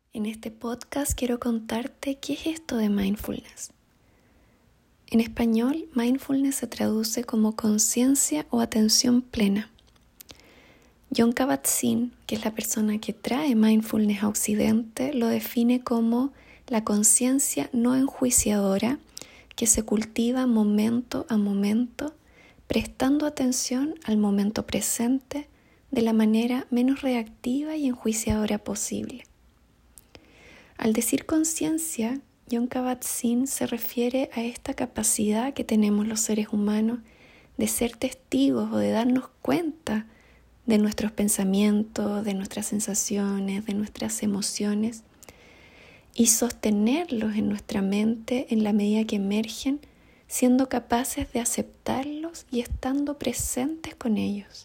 En este podcast quiero contarte qué es esto de mindfulness. En español, mindfulness se traduce como conciencia o atención plena. Jon Kabat-Zinn, que es la persona que trae mindfulness a Occidente, lo define como la conciencia no enjuiciadora que se cultiva momento a momento, prestando atención al momento presente de la manera menos reactiva y enjuiciadora posible. Al decir conciencia, Jon Kabat-Zinn se refiere a esta capacidad que tenemos los seres humanos de ser testigos o de darnos cuenta de nuestros pensamientos, de nuestras sensaciones, de nuestras emociones y sostenerlos en nuestra mente en la medida que emergen, siendo capaces de aceptarlos y estando presentes con ellos.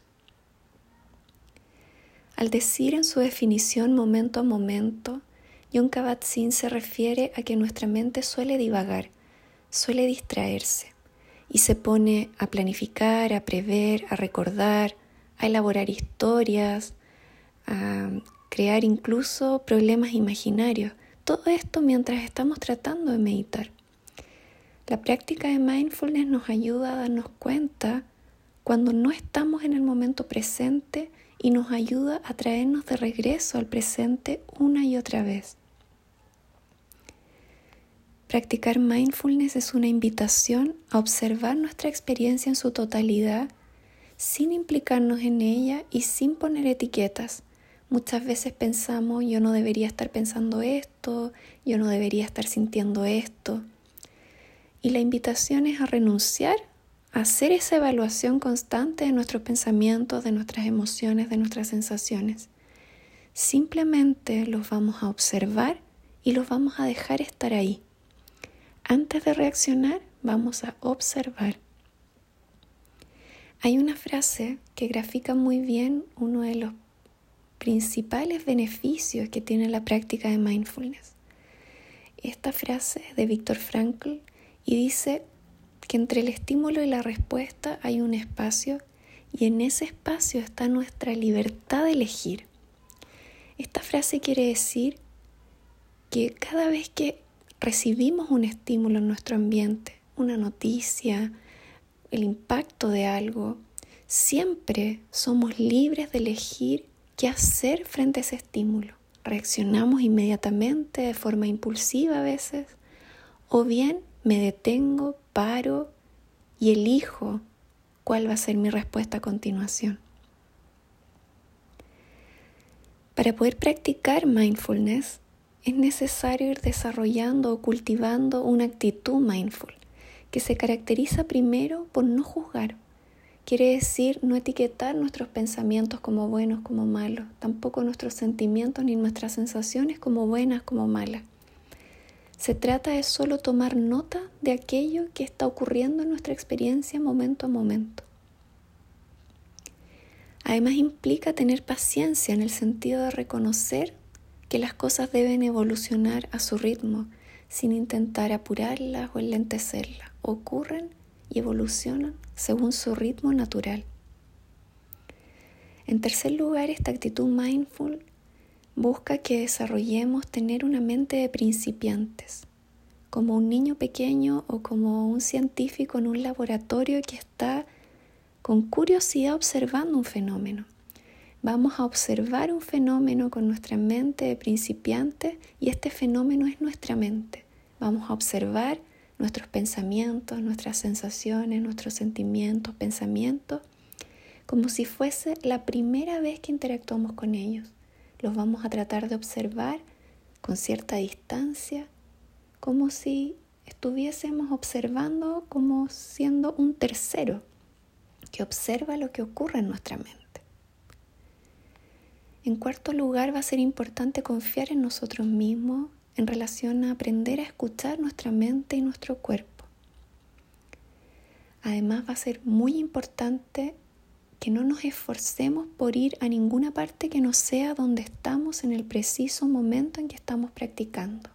Al decir en su definición momento a momento, Jon Kabat-Zinn se refiere a que nuestra mente suele divagar, suele distraerse y se pone a planificar, a prever, a recordar, a elaborar historias, a crear incluso problemas imaginarios. Todo esto mientras estamos tratando de meditar. La práctica de mindfulness nos ayuda a darnos cuenta cuando no estamos en el momento presente y nos ayuda a traernos de regreso al presente una y otra vez. Practicar mindfulness es una invitación a observar nuestra experiencia en su totalidad sin implicarnos en ella y sin poner etiquetas. Muchas veces pensamos, yo no debería estar pensando esto, yo no debería estar sintiendo esto. Y la invitación es a renunciar a hacer esa evaluación constante de nuestros pensamientos, de nuestras emociones, de nuestras sensaciones. Simplemente los vamos a observar y los vamos a dejar estar ahí. Antes de reaccionar, vamos a observar. Hay una frase que grafica muy bien uno de los principales beneficios que tiene la práctica de mindfulness. Esta frase es de Viktor Frankl y dice que entre el estímulo y la respuesta hay un espacio y en ese espacio está nuestra libertad de elegir. Esta frase quiere decir que cada vez que recibimos un estímulo en nuestro ambiente, una noticia, el impacto de algo, siempre somos libres de elegir qué hacer frente a ese estímulo. Reaccionamos inmediatamente, de forma impulsiva a veces, o bien me detengo, paro y elijo cuál va a ser mi respuesta a continuación. Para poder practicar mindfulness, es necesario ir desarrollando o cultivando una actitud mindful, que se caracteriza primero por no juzgar. Quiere decir no etiquetar nuestros pensamientos como buenos, como malos, tampoco nuestros sentimientos ni nuestras sensaciones como buenas, como malas. Se trata de solo tomar nota de aquello que está ocurriendo en nuestra experiencia momento a momento. Además implica tener paciencia en el sentido de reconocer que las cosas deben evolucionar a su ritmo, sin intentar apurarlas o enlentecerlas. Ocurren y evolucionan según su ritmo natural. En tercer lugar, esta actitud mindful busca que desarrollemos tener una mente de principiantes, como un niño pequeño o como un científico en un laboratorio que está con curiosidad observando un fenómeno. Vamos a observar un fenómeno con nuestra mente de principiante y este fenómeno es nuestra mente. Vamos a observar nuestros pensamientos, nuestras sensaciones, nuestros sentimientos, pensamientos, como si fuese la primera vez que interactuamos con ellos. Los vamos a tratar de observar con cierta distancia, como si estuviésemos observando como siendo un tercero que observa lo que ocurre en nuestra mente. En cuarto lugar, va a ser importante confiar en nosotros mismos en relación a aprender a escuchar nuestra mente y nuestro cuerpo. Además, va a ser muy importante que no nos esforcemos por ir a ninguna parte que no sea donde estamos en el preciso momento en que estamos practicando.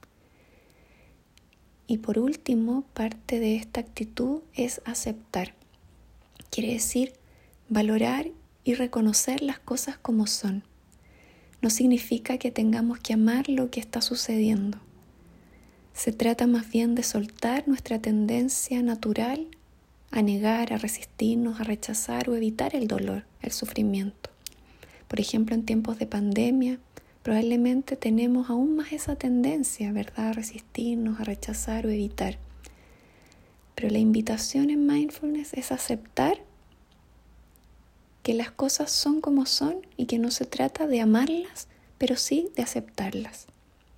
Y por último, parte de esta actitud es aceptar. Quiere decir valorar y reconocer las cosas como son. no significa que tengamos que amar lo que está sucediendo. Se trata más bien de soltar nuestra tendencia natural a negar, a resistirnos, a rechazar o evitar el dolor, el sufrimiento. Por ejemplo, en tiempos de pandemia, probablemente tenemos aún más esa tendencia, ¿verdad?, a resistirnos, a rechazar o evitar. Pero la invitación en mindfulness es aceptar que las cosas son como son y que no se trata de amarlas, pero sí de aceptarlas.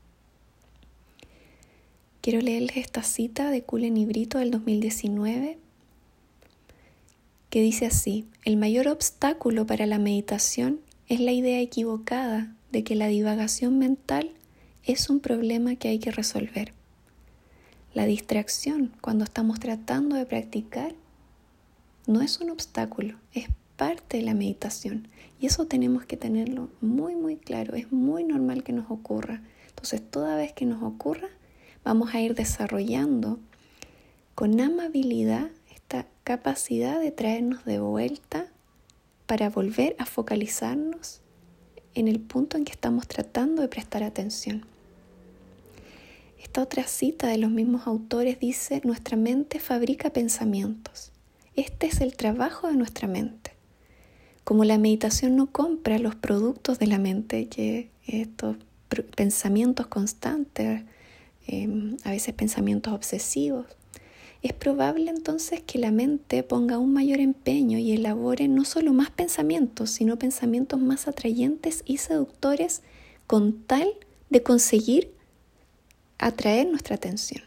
Quiero leerles esta cita de Cullen y Brito del 2019, que dice así: el mayor obstáculo para la meditación es la idea equivocada de que la divagación mental es un problema que hay que resolver. La distracción, cuando estamos tratando de practicar, no es un obstáculo, es parte de la meditación. Y eso tenemos que tenerlo muy, muy claro. Es muy normal que nos ocurra. Entonces, toda vez que nos ocurra, vamos a ir desarrollando con amabilidad esta capacidad de traernos de vuelta para volver a focalizarnos en el punto en que estamos tratando de prestar atención. Esta otra cita de los mismos autores dice: nuestra mente fabrica pensamientos. Este es el trabajo de nuestra mente. Como la meditación no compra los productos de la mente, que estos pensamientos constantes, a veces pensamientos obsesivos, es probable entonces que la mente ponga un mayor empeño y elabore no solo más pensamientos, sino pensamientos más atrayentes y seductores con tal de conseguir atraer nuestra atención.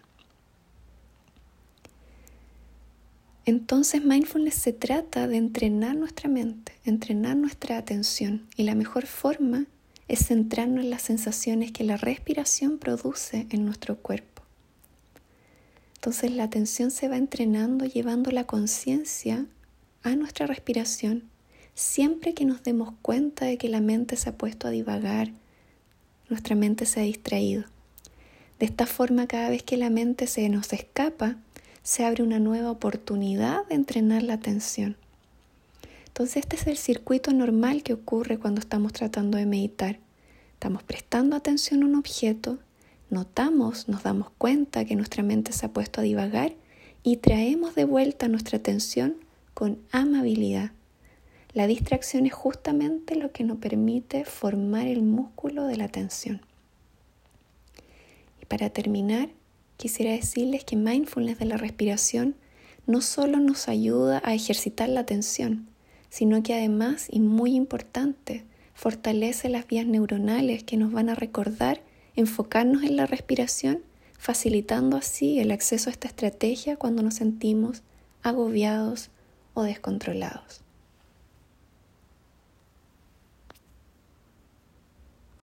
Entonces, mindfulness se trata de entrenar nuestra mente, entrenar nuestra atención, y la mejor forma es centrarnos en las sensaciones que la respiración produce en nuestro cuerpo. Entonces la atención se va entrenando llevando la conciencia a nuestra respiración siempre que nos demos cuenta de que la mente se ha puesto a divagar, nuestra mente se ha distraído. De esta forma, cada vez que la mente se nos escapa, se abre una nueva oportunidad de entrenar la atención. Entonces este es el circuito normal que ocurre cuando estamos tratando de meditar. Estamos prestando atención a un objeto, notamos, nos damos cuenta que nuestra mente se ha puesto a divagar y traemos de vuelta nuestra atención con amabilidad. La distracción es justamente lo que nos permite formar el músculo de la atención. Y para terminar, quisiera decirles que mindfulness de la respiración no solo nos ayuda a ejercitar la atención, sino que además, y muy importante, fortalece las vías neuronales que nos van a recordar enfocarnos en la respiración, facilitando así el acceso a esta estrategia cuando nos sentimos agobiados o descontrolados.